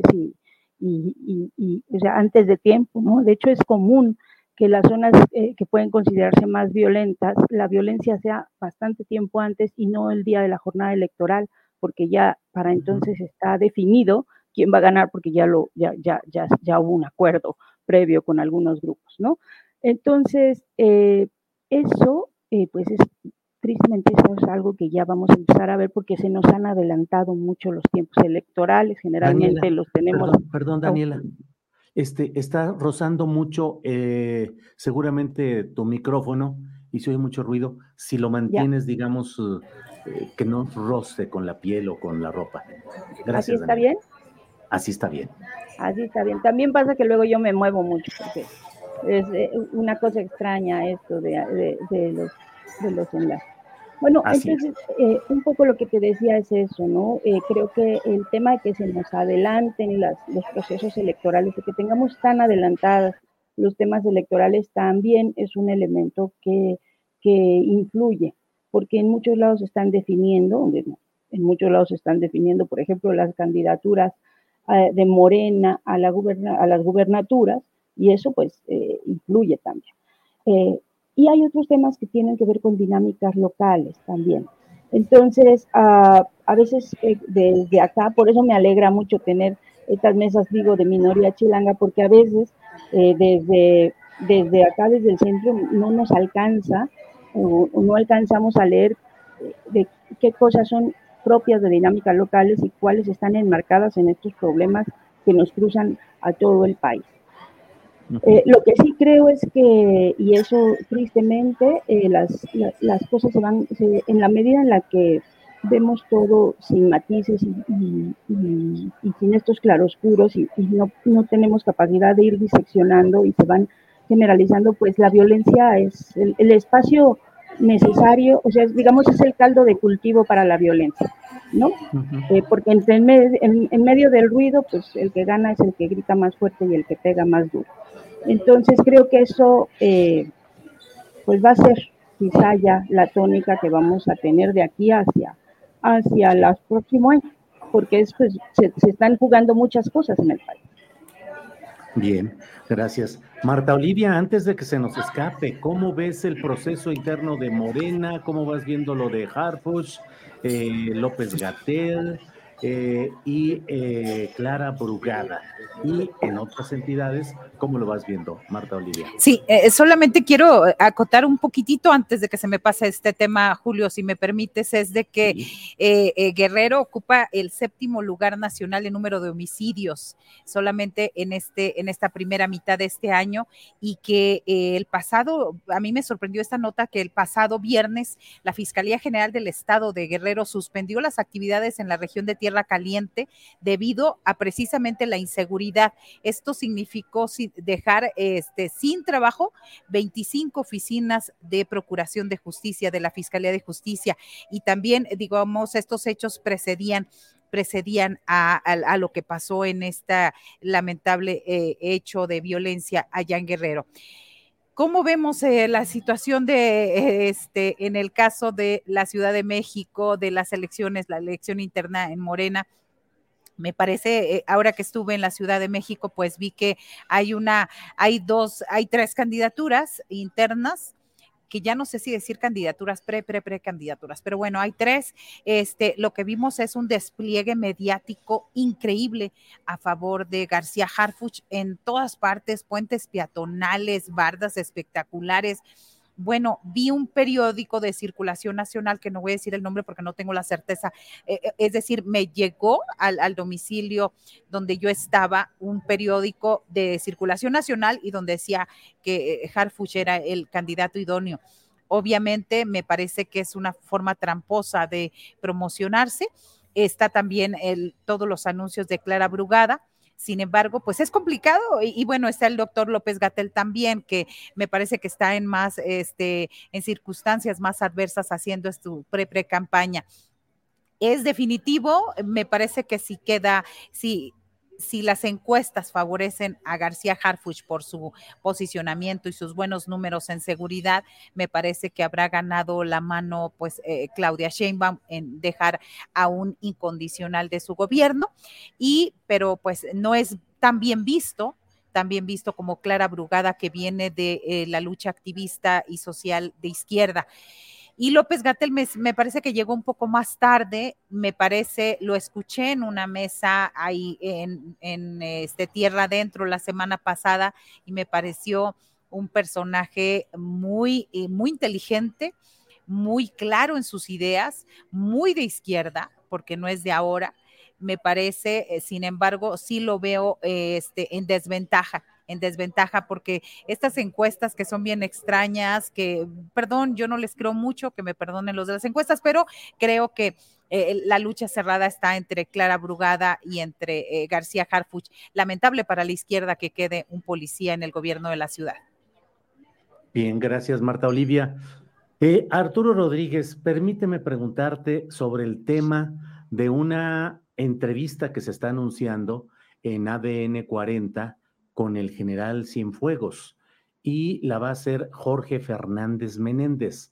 o sea, antes de tiempo, ¿no? De hecho, es común que las zonas que pueden considerarse más violentas, la violencia sea bastante tiempo antes y no el día de la jornada electoral, porque ya para entonces está definido quién va a ganar, porque ya hubo un acuerdo previo con algunos grupos, ¿no? Entonces, eso, pues tristemente eso es algo que ya vamos a empezar a ver, porque se nos han adelantado mucho los tiempos electorales, generalmente Daniela, los tenemos... Perdón, Daniela. Está rozando mucho seguramente tu micrófono y se oye mucho ruido. Si lo mantienes, digamos, que no roce con la piel o con la ropa. Gracias. ¿Así está Daniela. bien? Así está bien. Así está bien. También pasa que luego yo me muevo mucho, porque es una cosa extraña esto de los enlaces. Bueno, Así entonces, un poco lo que te decía es eso, ¿no? Creo que el tema de que se nos adelanten los procesos electorales, de que tengamos tan adelantados los temas electorales, también es un elemento que influye, porque en muchos lados están definiendo, por ejemplo, las candidaturas de Morena a las gubernaturas, y eso pues influye también. Y hay otros temas que tienen que ver con dinámicas locales también. Entonces, a veces desde acá, por eso me alegra mucho tener estas mesas, digo, de minoría chilanga, porque a veces desde acá, desde el centro, no nos alcanza o no alcanzamos a leer de qué cosas son propias de dinámicas locales y cuáles están enmarcadas en estos problemas que nos cruzan a todo el país. Lo que sí creo es que, y eso tristemente, las cosas en la medida en la que vemos todo sin matices y sin estos claroscuros y no tenemos capacidad de ir diseccionando y se van generalizando, pues la violencia es el espacio necesario, o sea, digamos, es el caldo de cultivo para la violencia, ¿no? Porque en medio del ruido, pues el que gana es el que grita más fuerte y el que pega más duro. Entonces creo que eso pues va a ser quizá ya la tónica que vamos a tener de aquí hacia los próximos años, porque pues, se están jugando muchas cosas en el país. Bien, gracias. Marta Olivia, antes de que se nos escape, ¿cómo ves el proceso interno de Morena? ¿Cómo vas viendo lo de Harfuch, López-Gatell y Clara Brugada? Y en otras entidades, ¿cómo lo vas viendo, Marta Olivia? Sí, solamente quiero acotar un poquitito antes de que se me pase este tema, Julio, si me permites, es de que Guerrero ocupa el 7º lugar nacional en número de homicidios, solamente en esta primera mitad de este año, y que el pasado, a mí me sorprendió esta nota, que el pasado viernes la Fiscalía General del Estado de Guerrero suspendió las actividades en la región de Tierra Caliente debido a precisamente la inseguridad. Esto significó dejar sin trabajo 25 oficinas de Procuración de Justicia de la Fiscalía de Justicia, y también, digamos, estos hechos precedían a lo que pasó en esta lamentable hecho de violencia allá en Guerrero. ¿Cómo vemos la situación en el caso de la Ciudad de México, de las elecciones, la elección interna en Morena? Me parece, ahora que estuve en la Ciudad de México, pues vi que hay 3 candidaturas internas, que ya no sé si decir candidaturas, precandidaturas, pero bueno, hay 3. Lo que vimos es un despliegue mediático increíble a favor de García Harfuch en todas partes, puentes peatonales, bardas espectaculares. Bueno, vi un periódico de circulación nacional, que no voy a decir el nombre porque no tengo la certeza, es decir, me llegó al domicilio donde yo estaba un periódico de circulación nacional y donde decía que Harfuch era el candidato idóneo. Obviamente me parece que es una forma tramposa de promocionarse. está también todos los anuncios de Clara Brugada. Sin embargo, pues es complicado y bueno, está el doctor López-Gatell también, que me parece que está en más, en circunstancias más adversas haciendo su pre-campaña. Es definitivo, me parece que si queda, si las encuestas favorecen a García Harfuch por su posicionamiento y sus buenos números en seguridad, me parece que habrá ganado la mano pues Claudia Sheinbaum en dejar a un incondicional de su gobierno, pero pues no es tan bien visto como Clara Brugada, que viene de la lucha activista y social de izquierda. Y López-Gatell me parece que llegó un poco más tarde, lo escuché en una mesa ahí en Tierra Adentro la semana pasada y me pareció un personaje muy inteligente, muy claro en sus ideas, muy de izquierda, porque no es de ahora. Me parece, sin embargo, sí lo veo en desventaja porque estas encuestas que son bien extrañas, perdón, yo no les creo mucho, que me perdonen los de las encuestas, pero creo que la lucha cerrada está entre Clara Brugada y entre García Harfuch. Lamentable para la izquierda que quede un policía en el gobierno de la ciudad. Bien, gracias, Marta Olivia. Arturo Rodríguez, permíteme preguntarte sobre el tema de una entrevista que se está anunciando en ADN 40 con el general Cienfuegos, y la va a hacer Jorge Fernández Menéndez,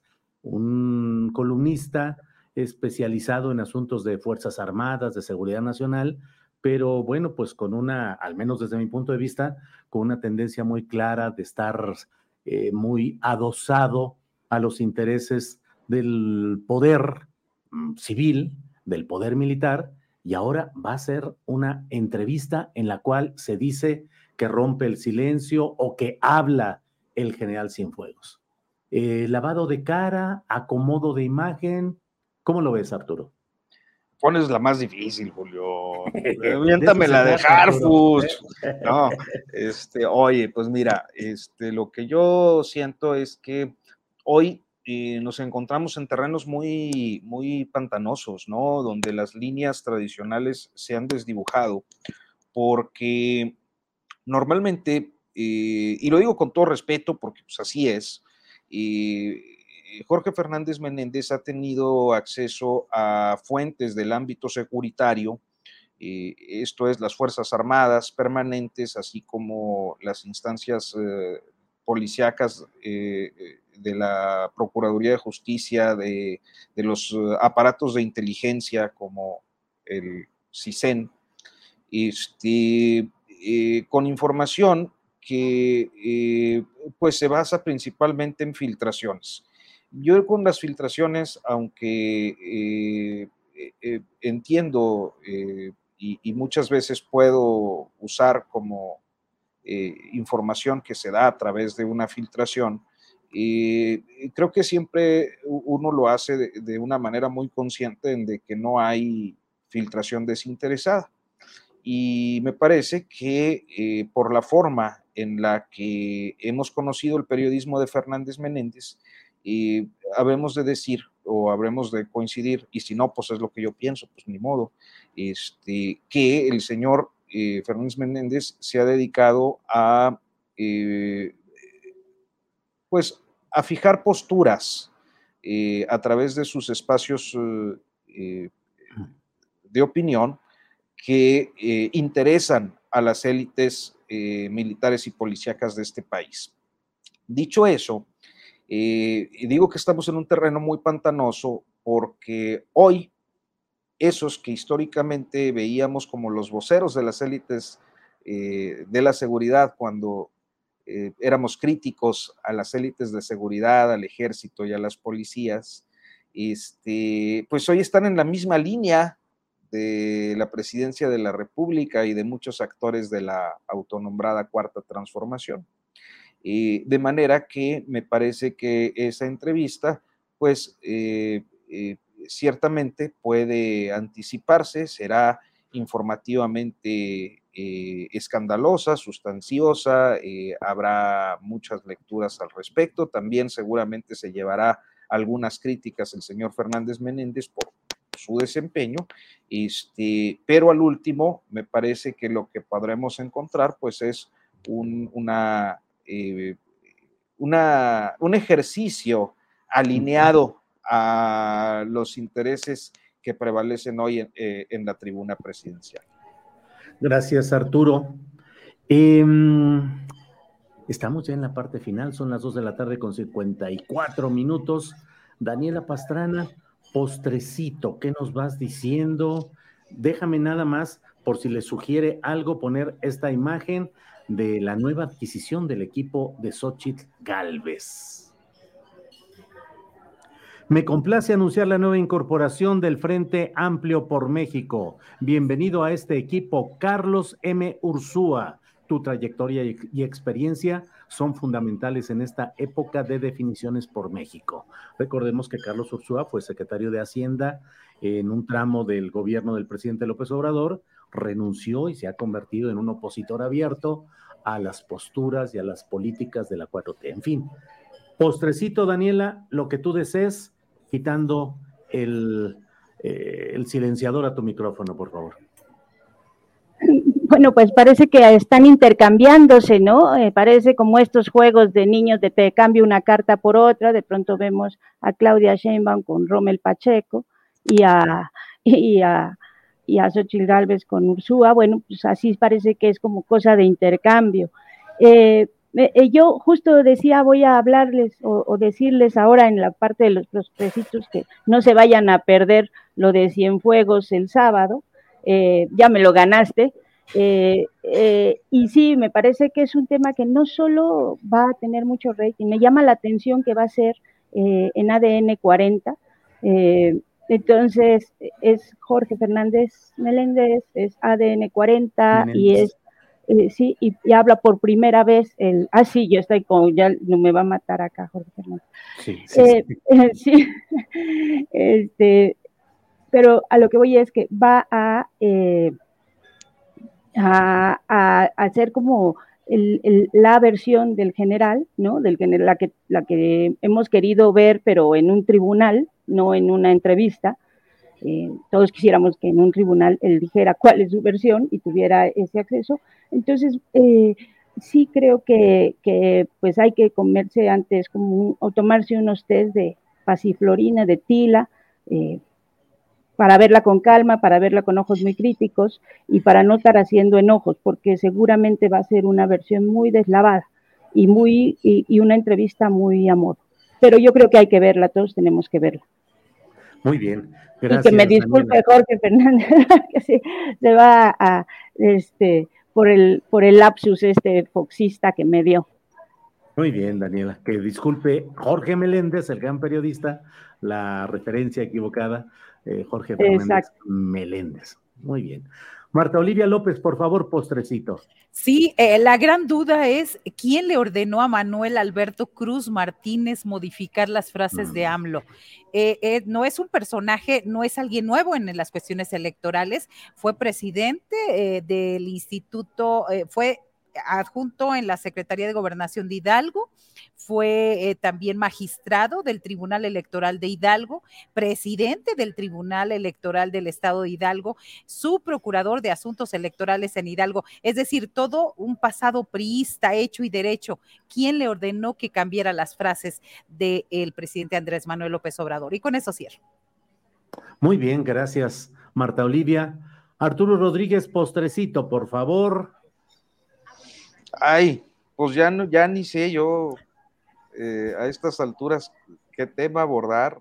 un columnista especializado en asuntos de Fuerzas Armadas, de seguridad nacional, pero bueno, pues con al menos desde mi punto de vista, con una tendencia muy clara de estar muy adosado a los intereses del poder civil, del poder militar, y ahora va a ser una entrevista en la cual se dice que rompe el silencio o que habla el general Cienfuegos. Lavado de cara, acomodo de imagen, ¿cómo lo ves, Arturo? Pones la más difícil, Julio. Miéntame la de Harfuch. No, oye, pues mira, lo que yo siento es que hoy nos encontramos en terrenos muy, muy pantanosos, ¿no? Donde las líneas tradicionales se han desdibujado, porque normalmente, y lo digo con todo respeto, porque pues así es, Jorge Fernández Menéndez ha tenido acceso a fuentes del ámbito securitario, esto es las Fuerzas Armadas permanentes, así como las instancias policíacas de la Procuraduría de Justicia, de los aparatos de inteligencia como el CISEN, con información que pues se basa principalmente en filtraciones. Yo con las filtraciones, aunque entiendo y muchas veces puedo usar como información que se da a través de una filtración, creo que siempre uno lo hace de una manera muy consciente en de que no hay filtración desinteresada. Y me parece que por la forma en la que hemos conocido el periodismo de Fernández Menéndez, habremos de decir o habremos de coincidir, y si no, pues es lo que yo pienso, pues ni modo, que el señor Fernández Menéndez se ha dedicado a, pues, a fijar posturas a través de sus espacios de opinión que interesan a las élites militares y policíacas de este país. Dicho eso, digo que estamos en un terreno muy pantanoso porque hoy esos que históricamente veíamos como los voceros de las élites de la seguridad cuando éramos críticos a las élites de seguridad, al ejército y a las policías, pues hoy están en la misma línea de la presidencia de la República y de muchos actores de la autonombrada Cuarta Transformación. De manera que me parece que esa entrevista, pues, ciertamente puede anticiparse, será informativamente escandalosa, sustanciosa, habrá muchas lecturas al respecto, también seguramente se llevará algunas críticas el señor Fernández Menéndez su desempeño, pero al último me parece que lo que podremos encontrar pues es un ejercicio alineado a los intereses que prevalecen hoy en la tribuna presidencial. Gracias, Arturo. Estamos ya en la parte final, son las 2 de la tarde con 54 minutos. Daniela Pastrana, postrecito, ¿qué nos vas diciendo? Déjame nada más, por si les sugiere algo, poner esta imagen de la nueva adquisición del equipo de Xóchitl Gálvez. Me complace anunciar la nueva incorporación del Frente Amplio por México. Bienvenido a este equipo, Carlos M. Ursúa. Tu trayectoria y experiencia son fundamentales en esta época de definiciones por México. Recordemos que Carlos Ursúa fue secretario de Hacienda en un tramo del gobierno del presidente López Obrador, renunció y se ha convertido en un opositor abierto a las posturas y a las políticas de la 4T. En fin, postrecito, Daniela, lo que tú desees, quitando el silenciador a tu micrófono, por favor. Bueno, pues parece que están intercambiándose, ¿no? Parece como estos juegos de niños de te cambio una carta por otra. De pronto vemos a Claudia Sheinbaum con Rommel Pacheco y a Xóchitl Gálvez con Ursúa. Bueno, pues así parece que es como cosa de intercambio. Yo justo decía, voy a hablarles o decirles ahora en la parte de los postecitos que no se vayan a perder lo de Cienfuegos el sábado. Ya me lo ganaste. Y sí, me parece que es un tema que no solo va a tener mucho rating, me llama la atención que va a ser en ADN 40, entonces es Jorge Fernández Meléndez, es ADN 40 Menéndez. Y es, sí, y habla por primera vez sí, yo estoy con, ya no me va a matar acá Jorge Fernández. Sí. Pero a lo que voy es que va a hacer como la versión del general, ¿no? La que hemos querido ver, pero en un tribunal, no en una entrevista. Todos quisiéramos que en un tribunal él dijera cuál es su versión y tuviera ese acceso. Entonces, sí creo que pues hay que comerse antes o tomarse unos test de pasiflorina, de tila, para verla con calma, para verla con ojos muy críticos y para no estar haciendo enojos, porque seguramente va a ser una versión muy deslavada y una entrevista muy a modo. Pero yo creo que hay que verla, todos tenemos que verla. Muy bien, gracias. Y que me disculpe Daniela. Jorge Fernández, que se va a, por el lapsus foxista que me dio. Muy bien, Daniela, que disculpe Jorge Meléndez, el gran periodista, la referencia equivocada, Jorge Fernández. Exacto. Meléndez. Muy bien. Marta Olivia López, por favor, postrecito. Sí, la gran duda es quién le ordenó a Manuel Alberto Cruz Martínez modificar las frases de AMLO. No es un personaje, no es alguien nuevo en las cuestiones electorales, fue presidente del instituto, fue adjunto en la Secretaría de Gobernación de Hidalgo, fue también magistrado del Tribunal Electoral de Hidalgo, presidente del Tribunal Electoral del Estado de Hidalgo, subprocurador de Asuntos Electorales en Hidalgo, es decir, todo un pasado priista hecho y derecho. ¿Quién le ordenó que cambiara las frases del presidente Andrés Manuel López Obrador? Y con eso cierro. Muy bien, gracias, Marta Olivia. Arturo Rodríguez, postrecito, por favor. Ay, pues ya ni sé yo a estas alturas qué tema abordar.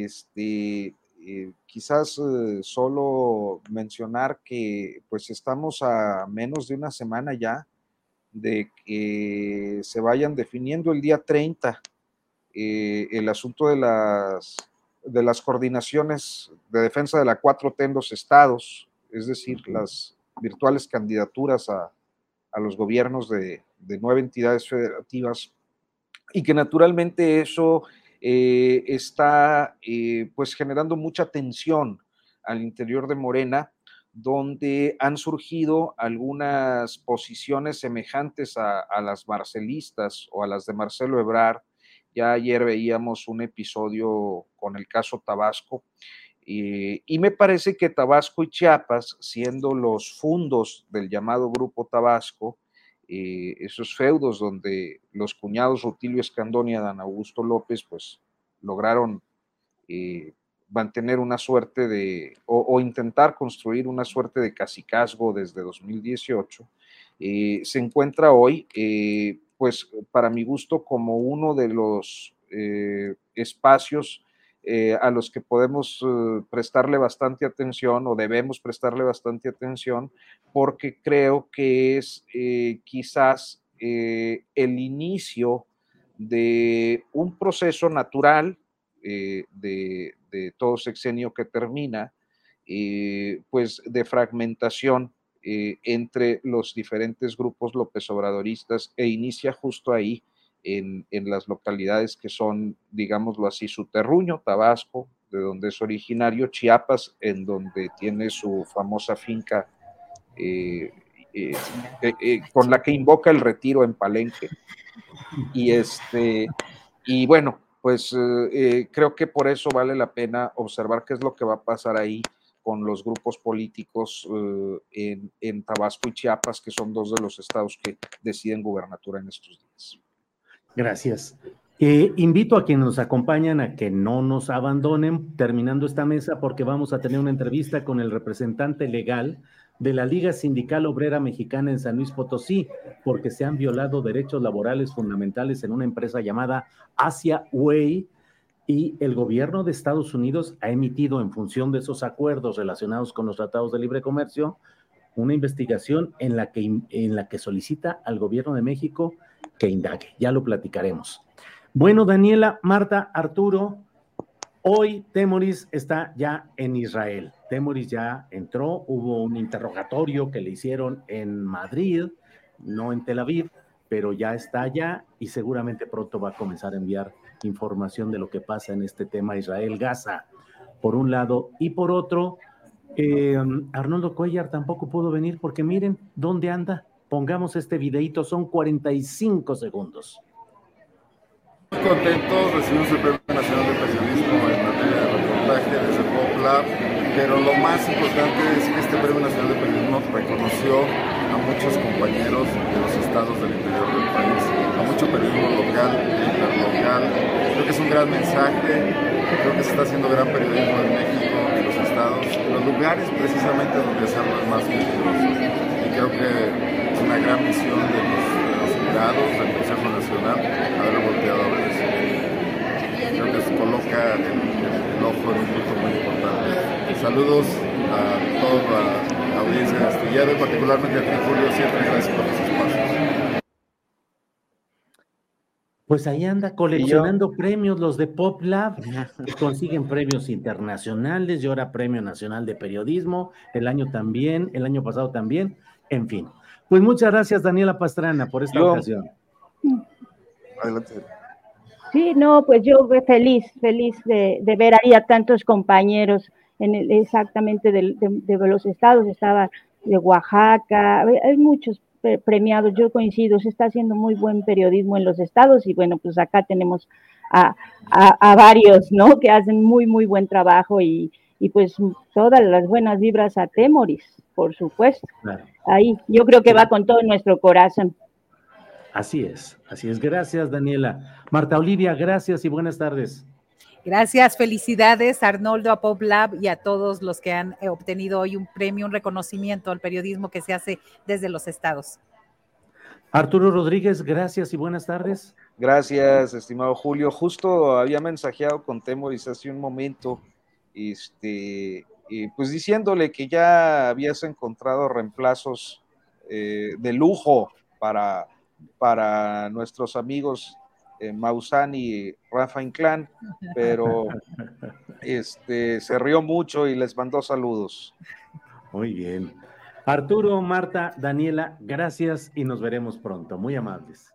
Quizás solo mencionar que pues estamos a menos de una semana ya de que se vayan definiendo el día 30 el asunto de las coordinaciones de defensa de la 4T en los estados, es decir, las virtuales candidaturas a los gobiernos de 9 entidades federativas, y que naturalmente eso está pues generando mucha tensión al interior de Morena, donde han surgido algunas posiciones semejantes a las marcelistas o a las de Marcelo Ebrard. Ya ayer veíamos un episodio con el caso Tabasco, Y me parece que Tabasco y Chiapas, siendo los fundos del llamado Grupo Tabasco, esos feudos donde los cuñados Rutilio Escandón y Adán Augusto López pues lograron mantener una suerte o intentar construir una suerte de cacicazgo desde 2018, se encuentra hoy, pues para mi gusto, como uno de los espacios a los que podemos prestarle bastante atención o debemos prestarle bastante atención, porque creo que es quizás el inicio de un proceso natural de todo sexenio que termina, pues de fragmentación entre los diferentes grupos López Obradoristas, e inicia justo ahí en las localidades que son, digámoslo así, su terruño, Tabasco, de donde es originario, Chiapas, en donde tiene su famosa finca con la que invoca el retiro en Palenque. Y bueno, pues creo que por eso vale la pena observar qué es lo que va a pasar ahí con los grupos políticos en Tabasco y Chiapas, que son dos de los estados que deciden gubernatura en estos días. Gracias. Invito a quienes nos acompañan a que no nos abandonen terminando esta mesa, porque vamos a tener una entrevista con el representante legal de la Liga Sindical Obrera Mexicana en San Luis Potosí, porque se han violado derechos laborales fundamentales en una empresa llamada Asia Way, y el gobierno de Estados Unidos ha emitido, en función de esos acuerdos relacionados con los tratados de libre comercio, una investigación en la que solicita al gobierno de México que indague. Ya lo platicaremos. Bueno, Daniela, Marta, Arturo, hoy Temoris está ya en Israel. Temoris ya entró, hubo un interrogatorio que le hicieron en Madrid, no en Tel Aviv, pero ya está allá y seguramente pronto va a comenzar a enviar información de lo que pasa en este tema Israel-Gaza, por un lado, y por otro, Arnoldo Cuellar tampoco pudo venir porque miren dónde anda. Pongamos este videíto, son 45 segundos. Muy contentos, recibimos el Premio Nacional de Periodismo en materia de reportaje desde PopLab, pero lo más importante es que este Premio Nacional de Periodismo reconoció a muchos compañeros de los estados del interior del país, a mucho periodismo local e interlocal. Creo que es un gran mensaje, creo que se está haciendo gran periodismo en México, en los estados, en los lugares precisamente donde se habla más peligroso. Y creo que es una gran misión de los jurados del Consejo Nacional haber volteado a ver eso. Creo que se coloca el ojo en un punto muy importante. Saludos a toda la audiencia de Astillero y particularmente a ti, Julio, siempre gracias por los espacios. Pues ahí anda coleccionando premios los de PopLab, que consiguen premios internacionales y ahora Premio Nacional de Periodismo, el año pasado también, en fin. Pues muchas gracias, Daniela Pastrana, por esta ocasión. Adelante. Sí, no, pues yo feliz de ver ahí a tantos compañeros exactamente de los estados, estaba de Oaxaca, hay muchos premiados, yo coincido, se está haciendo muy buen periodismo en los estados y bueno, pues acá tenemos a varios, ¿no? Que hacen muy, muy buen trabajo y pues todas las buenas vibras a Temoris, por supuesto. Claro. Ahí, yo creo que va con todo nuestro corazón. Así es. Gracias, Daniela. Marta Olivia, gracias y buenas tardes. Gracias, felicidades Arnoldo, a PopLab y a todos los que han obtenido hoy un premio, un reconocimiento al periodismo que se hace desde los estados. Arturo Rodríguez, gracias y buenas tardes. Gracias, estimado Julio. Justo había mensajeado con Temoris hace un momento, pues diciéndole que ya habías encontrado reemplazos de lujo para nuestros amigos Maussan y Rafa Inclán, pero se rió mucho y les mandó saludos. Muy bien. Arturo, Marta, Daniela, gracias y nos veremos pronto. Muy amables.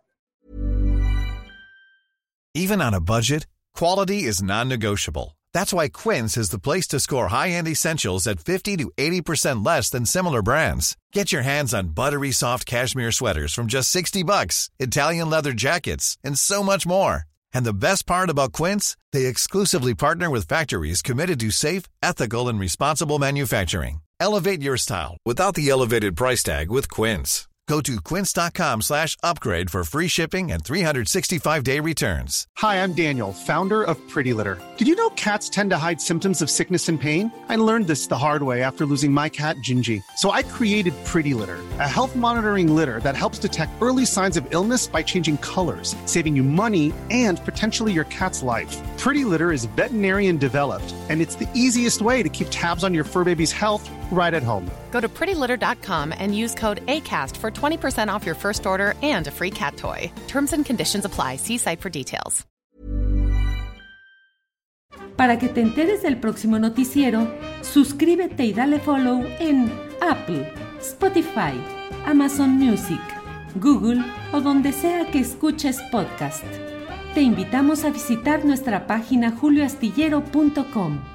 Even on a budget, quality is non-negotiable. That's why Quince is the place to score high-end essentials at 50 to 80% less than similar brands. Get your hands on buttery soft cashmere sweaters from just $60, Italian leather jackets, and so much more. And the best part about Quince, they exclusively partner with factories committed to safe, ethical, and responsible manufacturing. Elevate your style without the elevated price tag with Quince. Go to quince.com/upgrade for free shipping and 365-day returns. Hi, I'm Daniel, founder of Pretty Litter. Did you know cats tend to hide symptoms of sickness and pain? I learned this the hard way after losing my cat, Gingy. So I created Pretty Litter, a health monitoring litter that helps detect early signs of illness by changing colors, saving you money and potentially your cat's life. Pretty Litter is veterinarian developed, and it's the easiest way to keep tabs on your fur baby's health right at home. Go to prettylitter.com and use code ACAST for 20% off your first order and a free cat toy. Terms and conditions apply. See site for details. Para que te enteres del próximo noticiero, suscríbete y dale follow en Apple, Spotify, Amazon Music, Google o donde sea que escuches podcast. Te invitamos a visitar nuestra página julioastillero.com.